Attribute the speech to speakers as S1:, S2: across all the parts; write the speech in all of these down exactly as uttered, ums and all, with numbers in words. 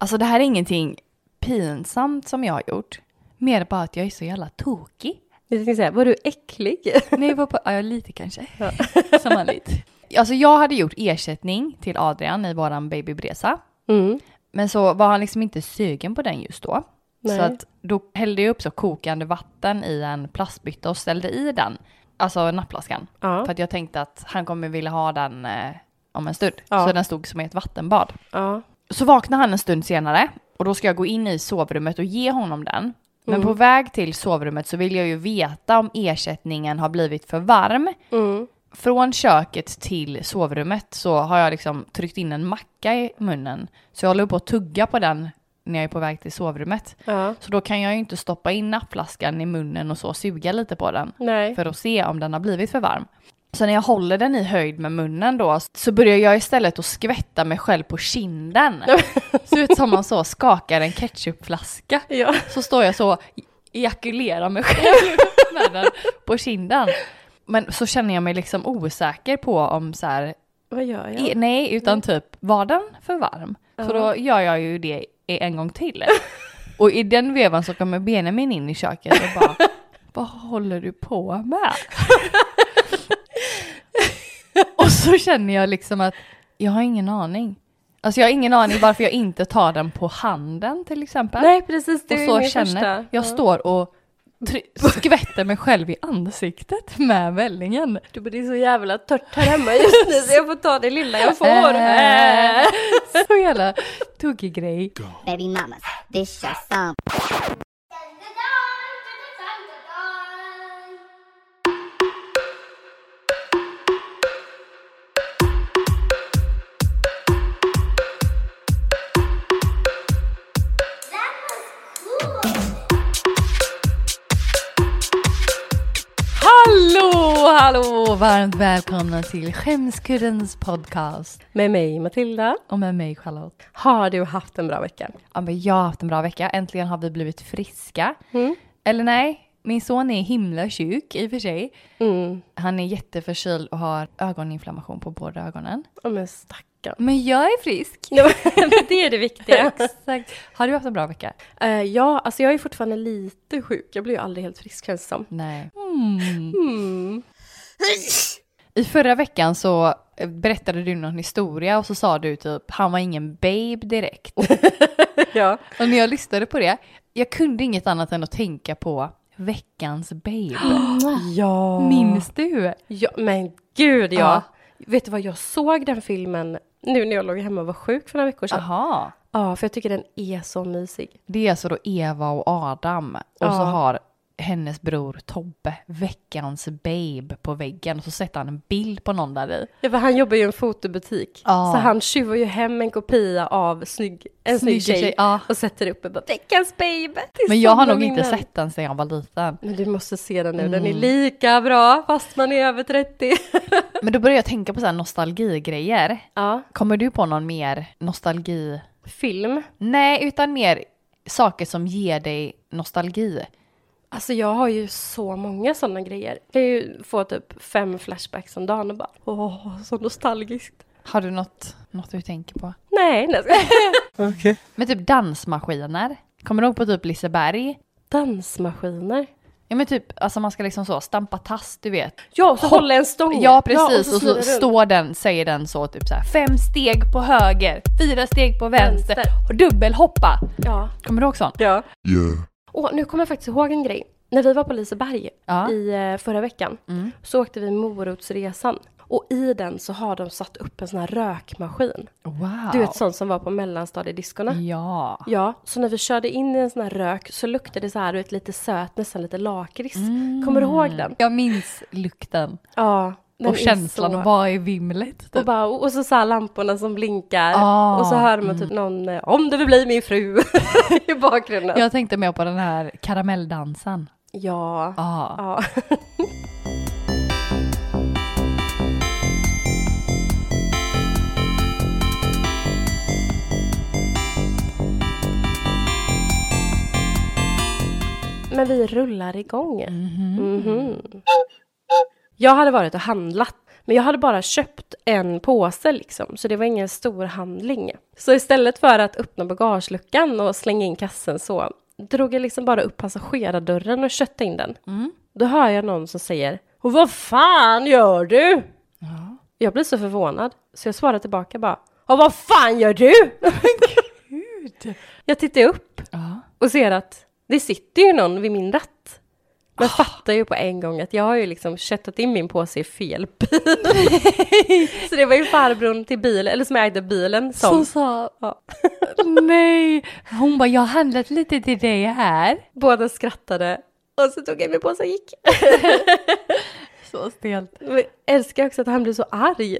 S1: Alltså det här är ingenting pinsamt som jag har gjort. Mer bara att jag är så jävla tokig.
S2: Jag tänkte säga, var du äcklig?
S1: Nej, var på, ja, lite kanske. Ja. Som vanligt. Alltså jag hade gjort ersättning till Adrian i våran babybresa.
S2: Mm.
S1: Men så var han liksom inte sugen på den just då.
S2: Nej.
S1: Så att då hällde jag upp så kokande vatten i en plastbytta och ställde i den. Alltså nappflaskan.
S2: Ja.
S1: För att jag tänkte att han kommer vilja ha den eh, om en stund.
S2: Ja.
S1: Så den stod som i ett vattenbad.
S2: Ja.
S1: Så vaknar han en stund senare. Och då ska jag gå in i sovrummet och ge honom den. Men
S2: Mm.
S1: på väg till sovrummet så vill jag ju veta om ersättningen har blivit för varm.
S2: Mm.
S1: Från köket till sovrummet så har jag liksom tryckt in en macka i munnen. Så jag håller på att tugga på den när jag är på väg till sovrummet.
S2: Ja.
S1: Så då kan jag ju inte stoppa in nappflaskan i munnen och så suga lite på den.
S2: Nej.
S1: För att se om den har blivit för varm. Så när jag håller den i höjd med munnen då så börjar jag istället att skvätta mig själv på kinden. Så ut som man så skakar en ketchupflaska.
S2: Ja.
S1: Så står jag så ejakulerar mig själv med den på kinden. Men så känner jag mig liksom osäker på om så här,
S2: Vad gör jag?
S1: e- nej utan typ var den för varm?
S2: Ja.
S1: Så då gör jag ju det en gång till. Och i den vevan så kommer Benjamin in i köket och bara, vad håller du på med? Och så känner jag liksom att jag har ingen aning. Alltså jag har ingen aning varför jag inte tar den på handen till exempel.
S2: Nej, precis. Det
S1: och
S2: är
S1: så
S2: min
S1: känner
S2: första.
S1: jag
S2: Ja.
S1: står och try- skvätter mig själv i ansiktet med vällingen.
S2: Du, det är så jävla torrt här hemma just nu så jag får ta det lilla jag får.
S1: Äh, så jävla tokig grej.
S3: Baby mamas, this your song.
S1: Hallå, hallå, varmt välkomna till Skämskuddens podcast.
S2: Med mig Matilda.
S1: Och med mig Charlotte.
S2: Har du haft en bra vecka?
S1: Ja, men jag har haft en bra vecka. Äntligen har vi blivit friska.
S2: Mm.
S1: Eller nej, min son är himla sjuk i och för sig.
S2: Mm.
S1: Han är jätteförkyld och har ögoninflammation på båda ögonen.
S2: Ja, men stackarn.
S1: Men jag är frisk.
S2: Ja, men det är det viktiga.
S1: Exakt. Har du haft en bra vecka?
S2: Uh, ja, alltså jag är fortfarande lite sjuk. Jag blir ju aldrig helt frisk känns det som.
S1: Nej. Mm.
S2: Mm.
S1: I förra veckan så berättade du någon historia och så sa du typ, han var ingen babe direkt.
S2: Ja.
S1: Och när jag lyssnade på det, jag kunde inget annat än att tänka på veckans babe.
S2: Ja.
S1: Minns du?
S2: Ja, men gud ja.
S1: Ja.
S2: Vet du vad, jag såg den filmen nu när jag låg hemma och var sjuk för några veckor sedan.
S1: Aha.
S2: Ja, för jag tycker den är så mysig.
S1: Det är alltså då Eva och Adam. Och
S2: Ja.
S1: så har hennes bror Tobbe veckans babe på väggen. Och så sätter han en bild på någon där i.
S2: Ja, för han jobbar ju i en fotobutik.
S1: Ja.
S2: Så han tjuvar ju hem en kopia av snygg, en snygg
S1: Snygg
S2: tjej,
S1: tjej, ja.
S2: och sätter upp och bara, veckans babe. Det är
S1: Men jag har
S2: sådana
S1: nog inte
S2: minnen.
S1: sett den sedan jag var liten.
S2: Men du måste se den nu, den är
S1: Mm.
S2: lika bra fast man är över trettio.
S1: Men då börjar jag tänka på så här nostalgigrejer.
S2: Ja,
S1: Kommer du på någon mer nostalgi?
S2: film.
S1: Nej, utan mer saker som ger dig nostalgi.
S2: Alltså jag har ju så många sådana grejer. Jag kan ju få typ fem flashbacks om dagen och bara, åh, så nostalgiskt.
S1: Har du något, något du tänker på?
S2: Nej, nej.
S1: Okay. Men typ dansmaskiner. Kommer du ihåg på typ Liseberg?
S2: Dansmaskiner.
S1: Ja men typ, alltså man ska liksom så stampa tass, du vet.
S2: Ja, och så
S1: Hopp.
S2: hålla en stång.
S1: Ja precis,
S2: och så,
S1: och så
S2: snurrar runt.
S1: står den, säger den så typ så här: fem steg på höger, fyra steg på vänster,
S2: Vänster.
S1: och dubbelhoppa.
S2: Ja.
S1: Kommer du ihåg sånt?
S2: Ja.
S4: Yeah.
S2: Och nu kommer jag faktiskt ihåg en grej. När vi var på Liseberg
S1: Ja.
S2: i eh, förra veckan
S1: Mm.
S2: så åkte vi Morotsresan. Och i den så har de satt upp en sån här rökmaskin.
S1: Wow.
S2: Du vet, sån som var på mellanstadiediskorna.
S1: Ja.
S2: Ja, så när vi körde in i en sån här rök så luktade det så här, du vet, lite söt, nästan lite lakrits.
S1: Mm.
S2: Kommer du ihåg den?
S1: Jag minns lukten.
S2: Ja. Den
S1: Och
S2: är
S1: känslan,
S2: så-
S1: och vad är vimlet? Typ.
S2: Och, bara, och så, så här lamporna som blinkar.
S1: Ah,
S2: och så hör man typ någon, eh, om du vill bli min fru, i bakgrunden.
S1: Jag tänkte mer på den här karamelldansen.
S2: Ja.
S1: Ja.
S2: Ja. Men vi rullar igång.
S1: Mhm.
S2: Mhm. Jag hade varit och handlat Men jag hade bara köpt en påse liksom, så det var ingen stor handling. Så istället för att öppna bagageluckan och slänga in kassen så, drog jag liksom bara upp passagerardörren och köttade in den.
S1: Mm.
S2: Då hör jag någon som säger, och vad fan gör du?
S1: Ja.
S2: Jag blir så förvånad, så jag svarar tillbaka bara, och vad fan gör du?
S1: Gud.
S2: Jag tittar upp
S1: Ja.
S2: och ser att det sitter ju någon vid min ratt. Men oh. fattar ju på en gång att jag har ju liksom köttat in min påse i fel bil. Så det var ju farbrorn till bilen, eller som ägde bilen som...
S1: Som sa, ja. Nej. Hon bara, jag har handlat lite till dig här.
S2: Båda skrattade och så tog jag min påse och gick.
S1: Så stelt.
S2: Jag älskar också att han blev så arg.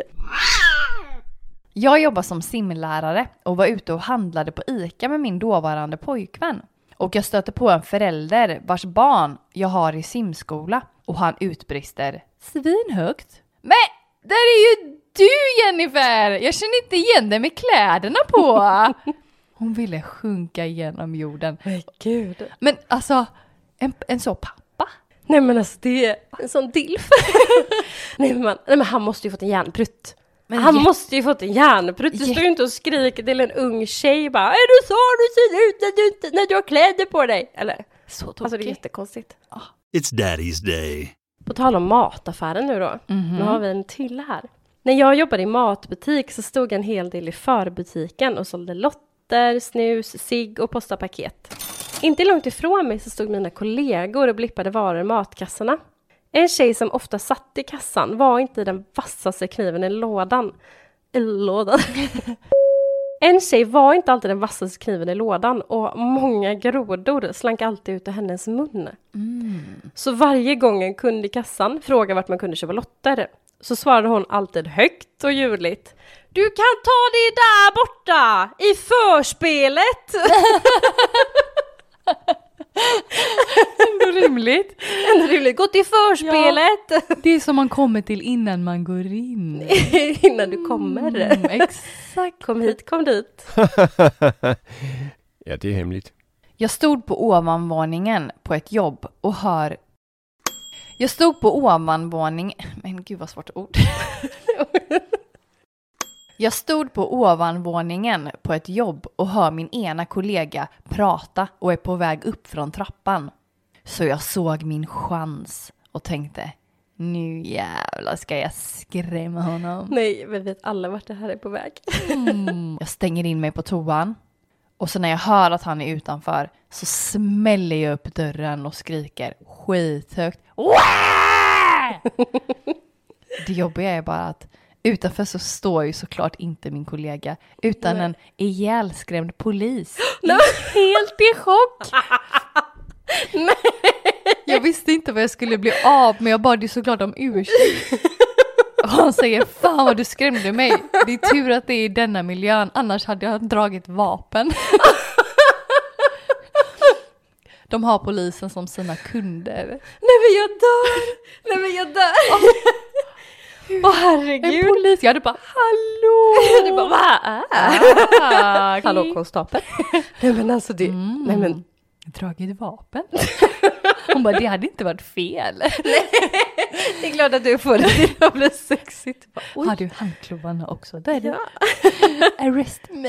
S1: Jag jobbar som simlärare och var ute och handlade på ICA med min dåvarande pojkvän. Och jag stöter på en förälder vars barn jag har i simskola. Och han utbrister svinhögt. Men där är ju du, Jennifer! Jag känner inte igen dig med kläderna på. Hon ville sjunka igenom jorden.
S2: Men gud.
S1: Men alltså, en, en så pappa.
S2: Nej men alltså det är en sån dilf. nej, men, nej men han måste ju fått en järnprutt. Men han jätt... måste ju fått en järnprutt. Du står ju inte och skriker till en ung tjej bara, är du så du ser ut när du, inte, när du har kläder på dig? Eller?
S1: Så tokigt.
S2: Alltså det är jättekonstigt.
S4: Oh. It's daddy's day.
S2: På tal om mataffären nu då. Mm-hmm. Nu har vi en till här. När jag jobbade i matbutik så stod en hel del i förbutiken och sålde lotter, snus, cigg och postapaket. Inte långt ifrån mig så stod mina kollegor och blippade varor i matkassarna. En tjej som ofta satt i kassan var inte den vassaste kniven i lådan. I lådan. En tjej var inte alltid den vassaste kniven i lådan och många grodor slank alltid ut ur hennes mun. Mm. Så varje gång en kund i kassan frågade vart man kunde köpa lotter så svarade hon alltid högt och ljudligt. Du kan ta det där borta i förspelet.
S1: Ändå rimligt.
S2: Ändå rimligt. Gå till förspelet.
S1: Ja, det är som man kommer till innan man går in.
S2: Innan du kommer.
S1: Mm, exakt.
S2: Kom hit, kom dit.
S5: Ja, det är hemligt.
S1: Jag stod på ovanvåningen på ett jobb och hör... Jag stod på ovanvåning... Men gud vad svårt ord. Jag stod på ovanvåningen på ett jobb och hör min ena kollega prata och är på väg upp från trappan. Så jag såg min chans och tänkte, nu jävlar ska jag skrämma honom.
S2: Nej, vi vet alla vart det här är på väg.
S1: Mm. Jag stänger in mig på toan och så när jag hör att han är utanför så smäller jag upp dörren och skriker skithögt. Det jobbiga är bara att utanför så står ju såklart inte min kollega utan Nej. en ihjälskrämd polis.
S2: Nej.
S1: Helt i chock.
S2: Nej.
S1: Jag visste inte vad jag skulle bli av men jag bad ju såklart om ursäkt. Och han säger, fan vad du skrämde mig. Det är tur att det är i denna miljön, annars hade jag dragit vapen. De har polisen som sina kunder.
S2: Nej men jag dör. Nej men jag dör. Åh oh, herregud.
S1: En polis, jag hade bara, hallå.
S2: Jag hade bara, vad är?
S1: Okay.
S2: Hallå konstapel. Nej men alltså det,
S1: mm.
S2: nej men.
S1: Dragit vapen. Hon bara, det hade inte varit fel.
S2: Nej, det är klart att du får det till att bli sexigt.
S1: Bara, har du handklovarna också? Där är det. Ja. Arrest me.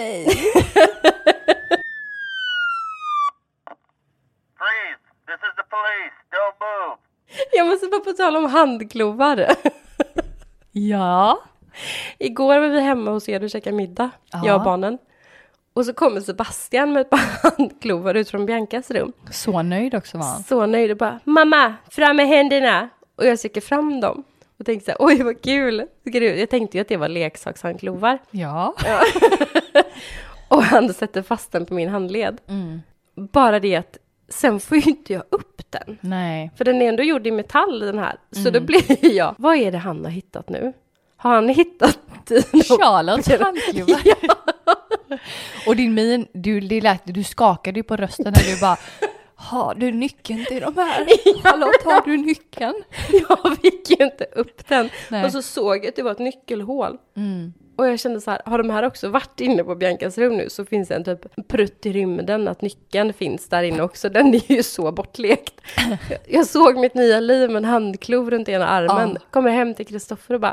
S6: Freeze! This is the police. Don't move.
S2: Jag måste bara på tala om handklovar.
S1: Ja.
S2: Igår var vi hemma hos er och käkade middag. Ja. Jag och barnen. Och så kommer Sebastian med ett par handklovar ut från Biancas rum.
S1: Så nöjd också var han.
S2: Så nöjd och bara, mamma, fram med händerna. Och jag söker fram dem. Och tänkte så här, oj vad kul. Jag tänkte ju att det var leksakshandklovar.
S1: Ja.
S2: ja. Och han sätter fast den på min handled. Mm. Bara det att sen får ju inte jag upp den.
S1: Nej.
S2: För den är ändå gjord i metall den här. Så mm. då blir jag, vad är det han har hittat nu? Har han hittat
S1: Charlottes handklovar? Ja. Och din min, du, det lät, du skakade ju på rösten när du bara, har du nyckeln till de här? Charlotte, har du nyckeln?
S2: Jag fick ju inte upp den.
S1: Nej.
S2: Och så såg jag att det var ett nyckelhål.
S1: Mm.
S2: Och jag kände så här, har de här också varit inne på Biancas rum nu så finns det en typ prutt i rymden att nyckeln finns där inne också. Den är ju så bortlekt. Jag såg mitt nya liv med en handklov runt ena armen.
S1: Ja.
S2: Kommer hem till Kristoffer och bara,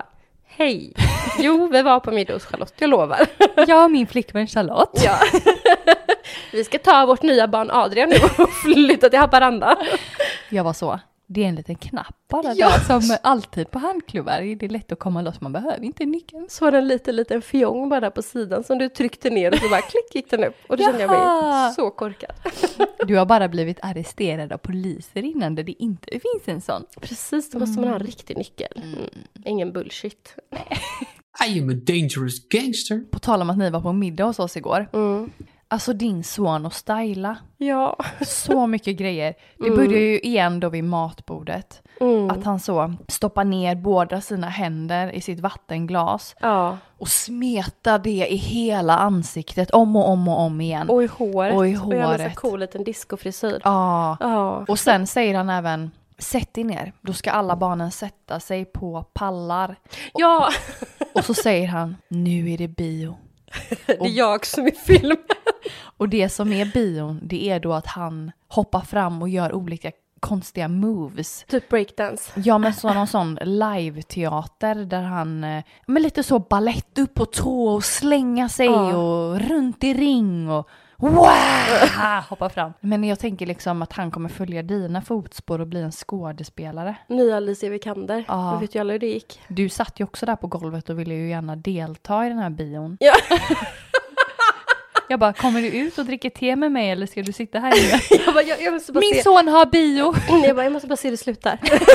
S2: Hej. Jo, vi var på middag hos Charlotte, jag lovar.
S1: Jag och min flickvän Charlotte.
S2: Ja. Vi ska ta vårt nya barn Adrian nu och flytta till Haparanda.
S1: Jag var så. Det är en liten knapp bara
S2: Ja.
S1: där, som alltid på handklubbar. Det är lätt att komma loss, man behöver inte nyckeln.
S2: Så var det en liten, liten fjong bara där på sidan som du tryckte ner och så bara klick gick den upp. Och då kände jag
S1: Jaha.
S2: mig så korkad.
S1: Du har bara blivit arresterad av poliser innan det inte finns en sån.
S2: Precis, då måste man ha en riktig nyckel. Mm. Ingen bullshit.
S5: I am a dangerous gangster.
S1: På tal om att ni var på middag hos oss igår.
S2: Mm.
S1: Alltså din son och styla.
S2: Ja.
S1: Så mycket grejer. Det
S2: Mm.
S1: började ju igen då vid matbordet.
S2: Mm.
S1: Att han så stoppar ner båda sina händer i sitt vattenglas.
S2: Ja.
S1: Och smetar det i hela ansiktet om och om och om igen.
S2: Och i håret.
S1: Och i
S2: Och jag hade så
S1: håret.
S2: cool liten discofrisyr.
S1: Ja.
S2: Ja.
S1: Och sen säger han även, sätt dig ner. Då ska alla barnen sätta sig på pallar.
S2: Ja.
S1: Och så säger han, nu är det bio.
S2: Det är jag som är film.
S1: Och det som är bion, det är då att han hoppar fram och gör olika konstiga moves.
S2: Typ breakdance.
S1: Ja, men så någon sån live-teater där han, eh, men lite så ballett upp på tå och slänga sig
S2: Ja.
S1: och runt i ring och wow! Hoppa fram. Men jag tänker liksom att han kommer följa dina fotspår och bli en skådespelare.
S2: Nya Alicia Vikander.
S1: Ja.
S2: Vi vet ju alla hur det gick.
S1: Du satt ju också där på golvet och ville ju gärna delta i den här bion.
S2: Ja.
S1: Jag bara, kommer du ut och dricker te med mig eller ska du sitta här inne?
S2: Jag, bara, jag, jag måste bara
S1: Min
S2: se.
S1: son har bio!
S2: Jag, bara, jag måste bara se det slutar.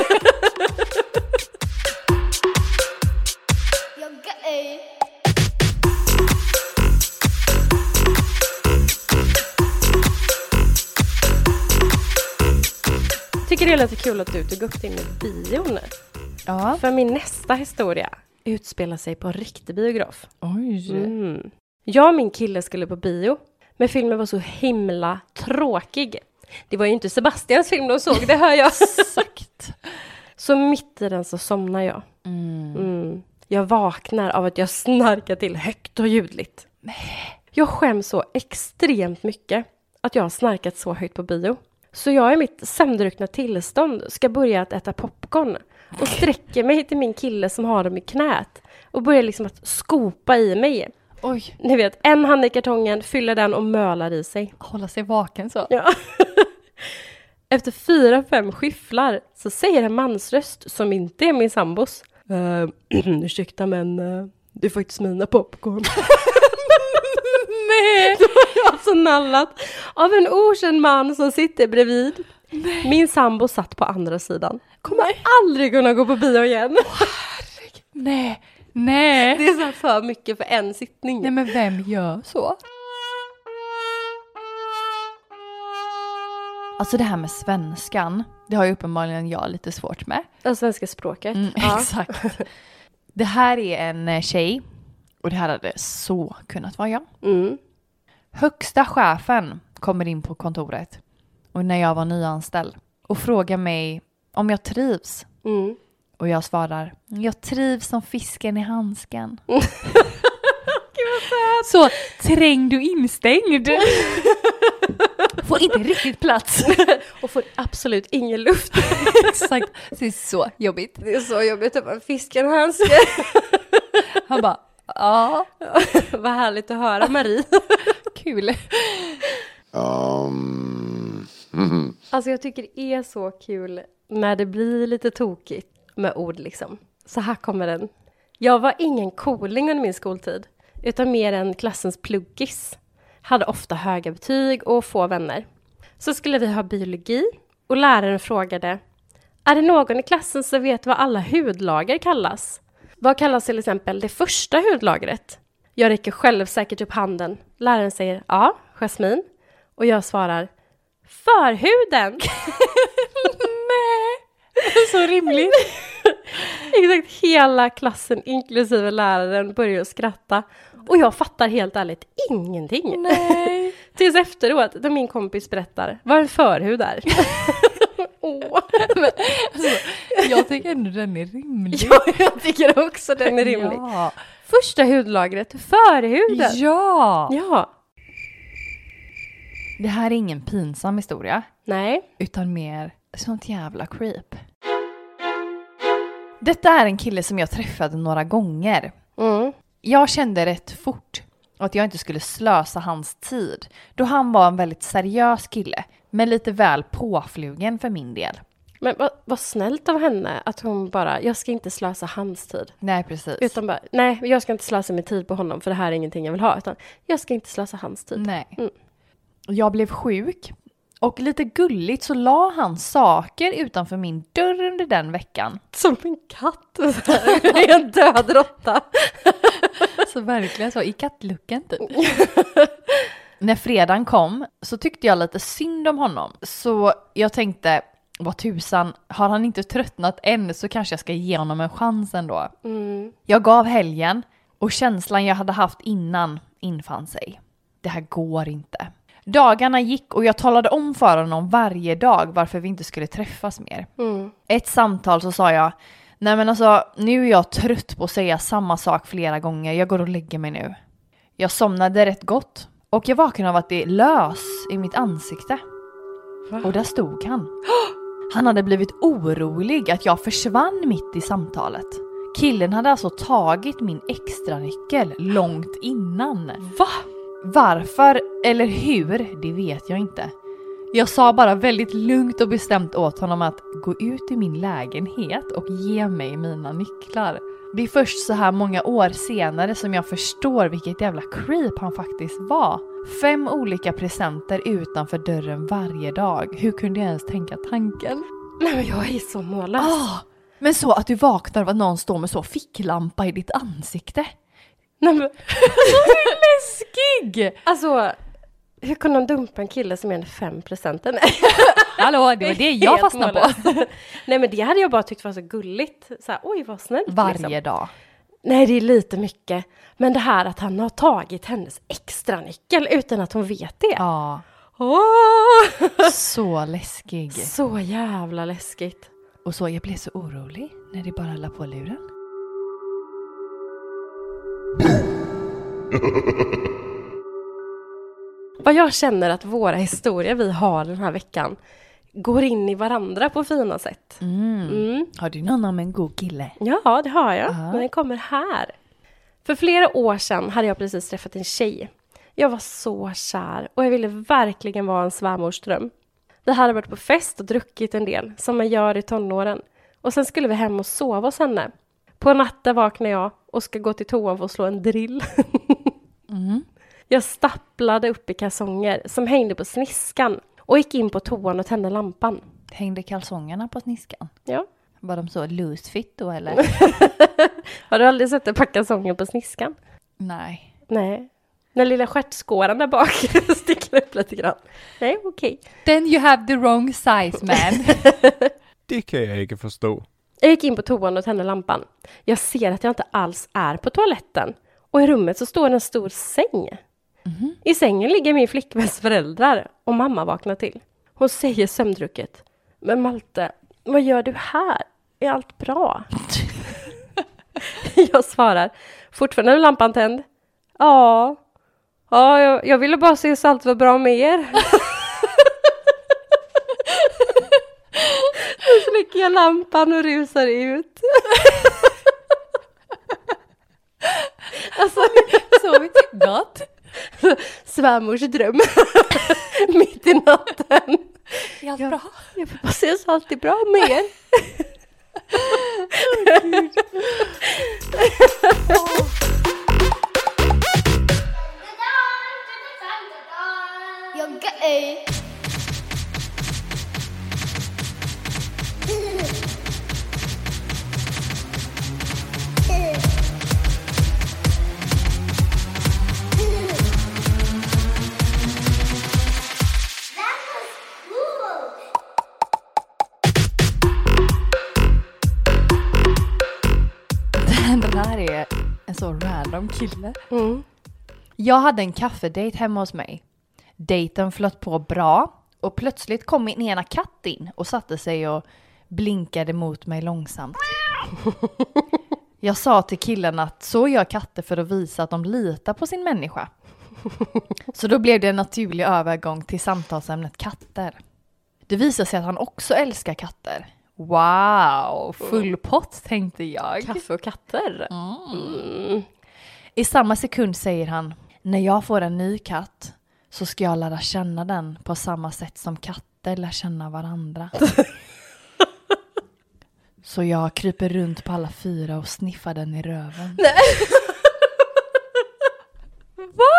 S2: Tycker det är lite kul att du tog upp din bio nu.
S1: Ja.
S2: För min nästa historia utspelar sig på en riktig biograf.
S1: Oj.
S2: Mm. Jag och min kille skulle på bio, men filmen var så himla tråkig. Det var ju inte Sebastians film de såg, det hör jag.
S1: Exakt.
S2: Så mitt i den så somnar jag.
S1: Mm.
S2: Mm. Jag vaknar av att jag snarkar till högt och ljudligt. Jag skäms så extremt mycket att jag har snarkat så högt på bio. Så jag i mitt sömndruckna tillstånd ska börja att äta popcorn och sträcker mig till min kille som har dem i knät och börjar liksom att skopa i mig.
S1: Oj.
S2: Ni vet, en hand i kartongen, fyller den och mölar i sig.
S1: Hålla sig vaken så.
S2: Ja. Efter fyra, fem skifflar så säger en mansröst som inte är min sambos. Uh, ursäkta men uh, det är faktiskt mina popcorn. Nej! Då har jag alltså nallat av en okänd man som sitter bredvid. Nej. Min sambo satt på andra sidan. Kommer Nej. aldrig kunna gå på bio igen.
S1: Nej, nej.
S2: Det är så här för mycket för en sittning.
S1: Nej, men vem gör så? Alltså det här med svenskan, det har ju uppenbarligen jag lite svårt med.
S2: Det svenska språket.
S1: Mm,
S2: ja.
S1: Exakt. Det här är en tjej och det här hade så kunnat vara jag.
S2: Mm.
S1: Högsta chefen kommer in på kontoret och när jag var nyanställd och frågar mig om jag trivs.
S2: Mm.
S1: Och jag svarar, jag trivs som fisken i handsken. Så trängd och instängd. Får inte riktigt plats.
S2: Och får absolut ingen luft.
S1: Exakt, det är så jobbigt.
S2: Det är så jobbigt att vara fisken handske.
S1: Han bara, ja.
S2: Vad härligt att höra, Marie.
S1: Kul.
S7: Um, mm.
S2: Alltså jag tycker det är så kul när det blir lite tokigt med ord liksom. Så här kommer den. Jag var ingen cooling under min skoltid, utan mer en klassens pluggis. Hade ofta höga betyg och få vänner. Så skulle vi ha biologi och läraren frågade: är det någon i klassen som vet vad alla hudlager kallas? Vad kallas till exempel det första hudlagret? Jag räcker själv säkert upp handen. Läraren säger ja, jasmin. Och jag svarar förhuden.
S1: Nej, så rimligt.
S2: Exakt, hela klassen inklusive läraren börjar skratta. Och jag fattar helt ärligt ingenting.
S1: Nej.
S2: Tills efteråt, då min kompis berättar vad en förhud är. Åh.
S1: Men, alltså, jag tycker ändå den är rimlig.
S2: Ja, jag tycker också den är rimlig.
S1: Ja.
S2: Första hudlagret, förhuden.
S1: Ja.
S2: Ja.
S1: Det här är ingen pinsam historia.
S2: Nej.
S1: Utan mer sånt jävla creep. Detta är en kille som jag träffade några gånger.
S2: Mm.
S1: Jag kände rätt fort att jag inte skulle slösa hans tid, då han var en väldigt seriös kille, men lite väl påflugen för min del.
S2: Men vad, vad snällt av henne att hon bara, jag ska inte slösa hans tid.
S1: Nej, precis.
S2: Utan bara, nej, jag ska inte slösa min tid på honom för det här är ingenting jag vill ha. Utan jag ska inte slösa hans tid.
S1: Nej.
S2: Mm.
S1: Jag blev sjuk och lite gulligt så la han saker utanför min dörr under den veckan.
S2: Som en katt. En död råtta.
S1: Så verkligen så, i kattluckan typ. När fredagen kom så tyckte jag lite synd om honom. Så jag tänkte, vad tusan, har han inte tröttnat än så kanske jag ska ge honom en chans ändå.
S2: Mm.
S1: Jag gav helgen och känslan jag hade haft innan infann sig. Det här går inte. Dagarna gick och jag talade om för honom varje dag varför vi inte skulle träffas mer.
S2: Mm.
S1: Ett samtal så sa jag, nej men alltså nu är jag trött på att säga samma sak flera gånger. Jag går och lägger mig nu. Jag somnade rätt gott och jag vaknade av att det lös i mitt ansikte.
S2: Va?
S1: Och där stod han. Han hade blivit orolig att jag försvann mitt i samtalet. Killen hade alltså tagit min extra nyckel långt innan.
S2: Va?
S1: Varför eller hur, det vet jag inte. Jag sa bara väldigt lugnt och bestämt åt honom att gå ut i min lägenhet och ge mig mina nycklar. Det är först så här många år senare som jag förstår vilket jävla creep han faktiskt var. Fem olika presenter utanför dörren varje dag. Hur kunde jag ens tänka tanken?
S2: Nej men jag är så mållös.
S1: Ah, men så att du vaknar av att någon står med så ficklampa i ditt ansikte.
S2: Nej men...
S1: Läskig!
S2: Alltså, hur kunde han dumpa en kille som är en fem presenter? Nej.
S1: Hallå, det var det jag
S2: Helt
S1: fastnade på.
S2: mållös. Nej men det hade jag bara tyckt var så gulligt. Så här, oj vad snällt.
S1: Varje
S2: liksom.
S1: dag.
S2: Nej, det är lite mycket. Men det här att han har tagit hennes extra nyckel utan att hon vet det.
S1: Ja,
S2: Åh!
S1: så läskig.
S2: Så jävla läskigt.
S1: Och så jag blev så orolig när det bara la på luren.
S2: Vad jag känner att våra historier vi har den här veckan går in i varandra på fina sätt.
S1: Mm.
S2: Mm.
S1: Har du någon om en god kille?
S2: Ja, det har jag.
S1: Aha.
S2: Men den kommer här. För flera år sedan hade jag precis träffat en tjej. Jag var så kär och jag ville verkligen vara en svärmorsdröm. Vi hade varit på fest och druckit en del, som man gör i tonåren. Och sen skulle vi hem och sova hos henne. På natten vaknar jag och ska gå till toan för att slå en drill.
S1: Mm.
S2: Jag stapplade upp i kalsonger som hängde på sniskan och gick in på toan och tände lampan.
S1: Hängde kalsongerna på sniskan?
S2: Ja.
S1: Var de så loose fit då eller?
S2: Har du aldrig sett ett par kalsonger på sniskan?
S1: Nej.
S2: Nej. Den lilla stjärtskåran där bak sticker upp lite grann. Nej, okej. Okay.
S1: Then you have the wrong size man.
S8: Det kan jag inte förstå.
S2: Jag gick in på toan och tände lampan. Jag ser att jag inte alls är på toaletten. Och i rummet så står en stor säng. Mm-hmm. I sängen ligger min flickväns föräldrar och mamma vaknar till. Hon säger sömndrucket. Men Malte, vad gör du här? Är allt bra? Jag svarar, fortfarande är lampan tänd. Ja, ja jag, jag ville bara se så allt var bra med er. Så släcker jag lampan och rusar ut. Alltså,
S1: Sovit gott.
S2: svärmors dröm. Mitt i natten.
S1: Är allt
S2: jag,
S1: bra?
S2: jag vill bara se så allt är bra med er.
S3: You're gay.
S1: Den här är en så random kille.
S2: Mm.
S1: Jag hade en kaffedate hemma hos mig. Daten flöt på bra och plötsligt kom min ena katt in och satte sig och blinkade mot mig långsamt. Jag sa till killen att så gör katter för att visa att de litar på sin människa. Så då blev det en naturlig övergång till samtalsämnet katter. Det visade sig att han också älskar katter Wow, full pott tänkte jag.
S2: Kaffe och katter. Mm.
S1: I samma sekund säger han, när jag får en ny katt så ska jag lära känna den på samma sätt som katter lär känna varandra. Så jag kryper runt på alla fyra och sniffar den i röven.
S2: Nej. Va?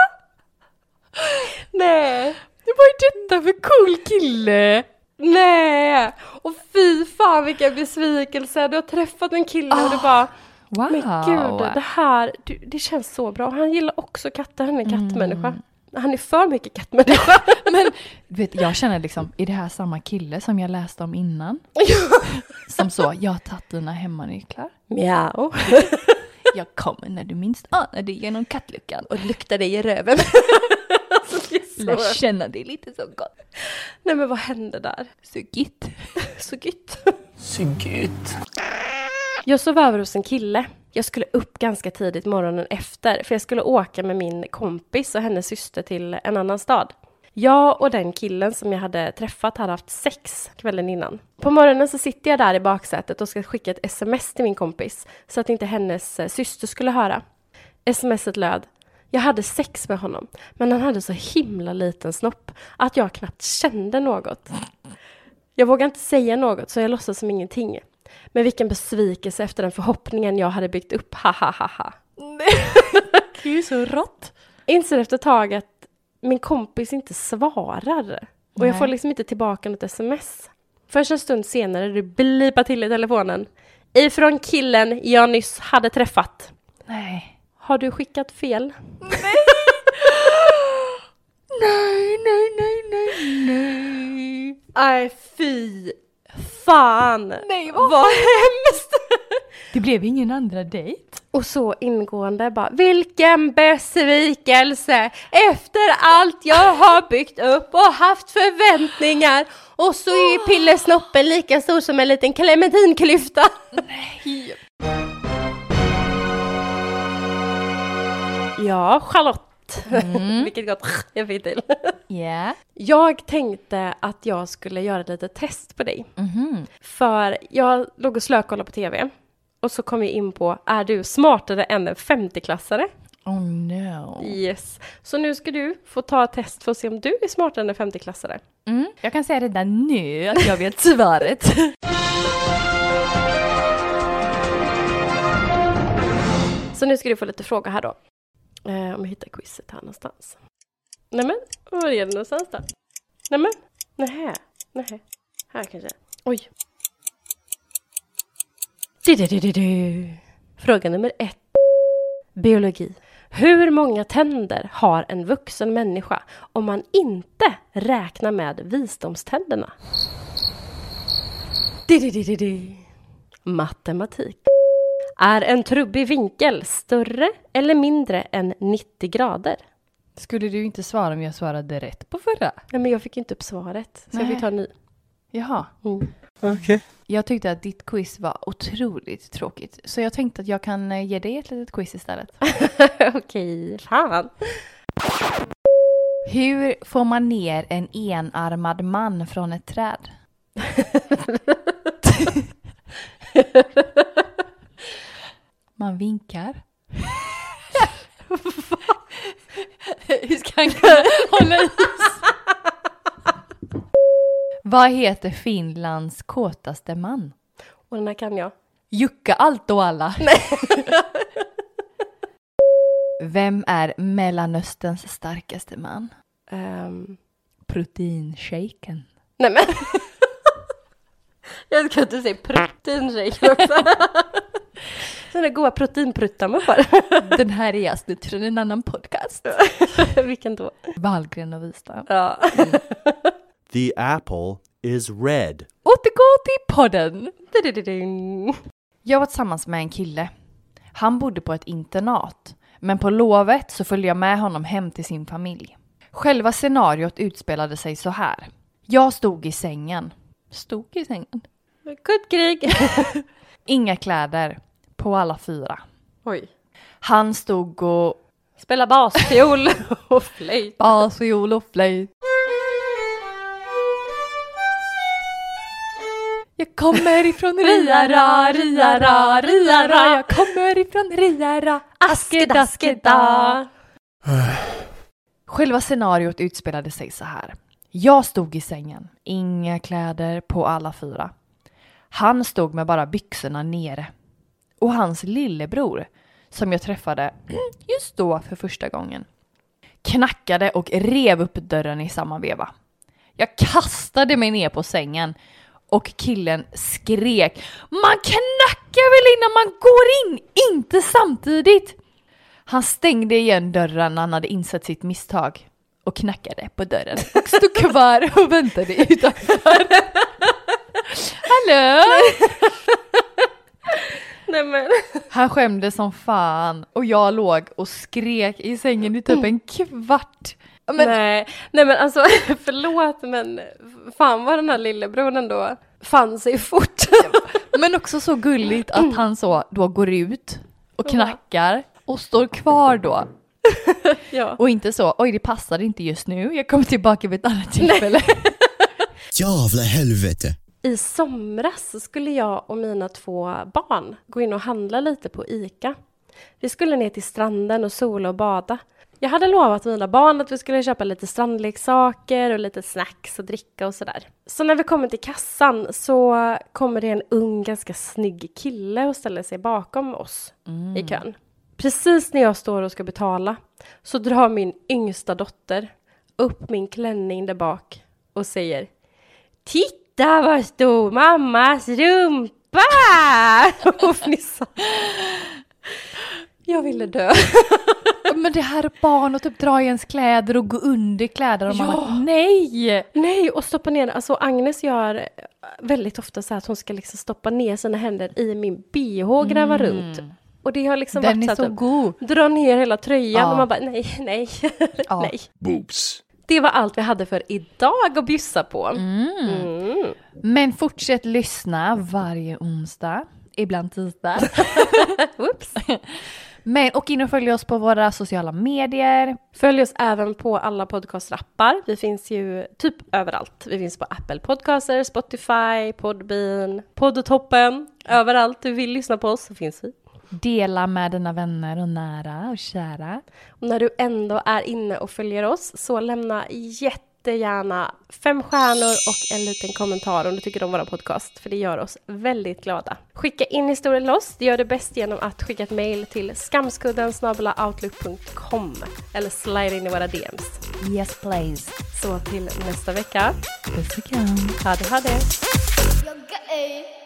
S2: Nej.
S1: Det var ju detta för cool kille.
S2: Nej. Och fy fan vilken besvikelse. Du har träffat en kille och du bara...
S1: Wow.
S2: Men gud, det här, du, det känns så bra. Han gillar också katter, han är kattmänniska. Mm. Han är för mycket kattmänniska.
S1: Men vet, jag känner liksom, är det här samma kille som jag läste om innan? Som så, jag har tagit dina hemmanycklar.
S2: Mjau.
S1: Jag kommer när du minst anar det genom kattluckan.
S2: Och luktar dig i röven.
S1: Lär känna det lite så gott.
S2: Nej men vad hände där?
S1: Så gitt.
S2: Så gitt.
S5: Så gött.
S2: Jag sov över hos en kille. Jag skulle upp ganska tidigt morgonen efter. För jag skulle åka med min kompis och hennes syster till en annan stad. Jag och den killen som jag hade träffat hade haft sex kvällen innan. På morgonen så sitter jag där i baksätet och ska skicka ett sms till min kompis. Så att inte hennes syster skulle höra. Smset löd. Jag hade sex med honom. Men han hade så himla liten snopp att jag knappt kände något. Jag vågade inte säga något så jag låtsades som ingenting. Men vilken besvikelse efter den förhoppningen jag hade byggt upp. Ha ha ha ha.
S1: Det är ju så rått.
S2: Inser efter ett tag att min kompis inte svarar. Och
S1: Nej.
S2: jag får liksom inte tillbaka något sms. Först en stund senare det blipar till i telefonen. Ifrån killen jag nyss hade träffat.
S1: Nej.
S2: Har du skickat fel?
S1: Nej. nej, nej, nej, nej, nej.
S2: Aj, fy fan.
S1: Nej, vad,
S2: vad hemskt.
S1: Det blev ingen andra dejt.
S2: Och så ingående bara, vilken besvikelse efter allt jag har byggt upp och haft förväntningar. Och så är pillesnoppen lika stor som en liten clementinklyfta.
S1: Nej.
S2: Ja, Charlotte.
S1: Mm.
S2: Vilket gott jag fick till.
S1: Yeah.
S2: Jag tänkte att jag skulle göra ett litet test på dig.
S1: Mm-hmm.
S2: För jag låg och slökollade på tv. Och så kom jag in på, är du smartare än en femtioklassare?
S1: Oh no.
S2: Yes. Så nu ska du få ta ett test för att se om du är smartare än en femtioklassare.
S1: Mm. Jag kan säga redan nu att jag vet svaret.
S2: Så nu ska du få lite frågor här då. Eh, om jag hittar quizet här någonstans. Nämen, var är det någonstans då? Nämen, nähä, nähä. Här kanske. Oj. Du, du, du, du, du. Fråga nummer ett. Biologi. Hur många tänder har en vuxen människa om man inte räknar med visdomständerna? Du, du, du, du, du. Matematik. Är en trubbig vinkel större eller mindre än nittio grader?
S1: Skulle du inte svara om jag svarade rätt på förra?
S2: Nej, men jag fick inte upp svaret. Så
S1: Nej.
S2: jag fick ta en ny.
S1: Jaha.
S2: Mm.
S8: Okej. Okay.
S1: Jag tyckte att ditt quiz var otroligt tråkigt. Så jag tänkte att jag kan eh, ge dig ett litet quiz istället.
S2: Okej, fan.
S1: Hur får man ner en enarmad man från ett träd? Man vinkar. Hur ska han kunna hålla i? Vad heter Finlands kåtaste man?
S2: Och den här kan jag.
S1: Jukka allt och alla. Vem är Mellanösterns starkaste man?
S2: Um.
S1: Proteinshaken.
S2: Nej men. Jag ska inte säga proteinshaken också. Sådana goda proteinpruttar man får.
S1: Den här är jag snutt från en annan podcast.
S2: Vilken då?
S1: Wahlgren och Wistam.
S2: Ja.
S4: The apple is red.
S1: Återgå till podden.
S2: Du-du-du-du.
S1: Jag var tillsammans med en kille. Han bodde på ett internat. Men på lovet så följde jag med honom hem till sin familj. Själva scenariot utspelade sig så här. Jag stod i sängen. Stod i sängen?
S2: Kuttkrig.
S1: Inga kläder. På alla fyra.
S2: Oj.
S1: Han stod och...
S2: Spela basfiol och flöjt.
S1: Basfiol och flöjt. Jag kommer ifrån Riara, Riara, Riara. Jag kommer ifrån Riara, askedaskedda. Själva scenariot utspelade sig så här. Jag stod i sängen, inga kläder på alla fyra. Han stod med bara byxorna nere. Och hans lillebror, som jag träffade just då för första gången, knackade och rev upp dörren i samma veva. Jag kastade mig ner på sängen och killen skrek: man knackar väl innan man går in, inte samtidigt. Han stängde igen dörren när han hade insett sitt misstag och knackade på dörren och stod kvar och väntade utanför. Hallå?
S2: Nej, men.
S1: Han skämde som fan och jag låg och skrek i sängen i typ en kvart. Men...
S2: Nej, nej men alltså förlåt, men fan vad den här lillebror ändå fann sig fort.
S1: Men också så gulligt att han så då går ut och knackar och står kvar då.
S2: Ja.
S1: Och inte så, oj det passar inte just nu, jag kommer tillbaka vid ett annat tillfälle.
S9: Jävla helvete.
S2: I somras så skulle jag och mina två barn gå in och handla lite på ICA. Vi skulle ner till stranden och sola och bada. Jag hade lovat mina barn att vi skulle köpa lite strandleksaker och lite snacks och dricka och sådär. Så när vi kommer till kassan så kommer det en ung, ganska snygg kille och ställer sig bakom oss mm. i kön. Precis när jag står och ska betala så drar min yngsta dotter upp min klänning där bak och säger: titta vad stor mammas rumpa! Och fnissar. Jag ville dö.
S1: Men det här barn och typ dra i ens kläder och gå under kläder och
S2: ja.
S1: mamma, nej!
S2: Nej, och stoppa ner, alltså Agnes gör väldigt ofta så att hon ska liksom stoppa ner sina händer i min B H och gräva mm. runt. Och det har liksom
S1: Den
S2: varit
S1: är
S2: så,
S1: så
S2: att
S1: god.
S2: Dra ner hela tröjan
S1: Ja.
S2: och man bara, nej, nej,
S1: Ja.
S2: nej.
S9: Boobs.
S2: Det var allt vi hade för idag att bjussa på.
S1: Mm.
S2: Mm.
S1: Men fortsätt lyssna varje onsdag, ibland tisdag.
S2: Oops.
S1: Men och in och följ oss på våra sociala medier.
S2: Följ oss även på alla podcastrappar. Vi finns ju typ överallt. Vi finns på Apple Podcaster, Spotify, Podbean, Podtoppen. Överallt du vill lyssna på oss så finns vi.
S1: Dela med dina vänner och nära och kära.
S2: Och när du ändå är inne och följer oss så lämna jättegärna fem stjärnor och en liten kommentar om du tycker om våra podcast. För det gör oss väldigt glada. Skicka in historien till oss. Det gör det bäst genom att skicka ett mejl till skamskudden snabel-a outlook punkt com eller slide in i våra D Ms.
S1: Yes please.
S2: Så till nästa vecka.
S1: Puss och kram.
S2: Ha det, ha det.
S3: Yoga, eh.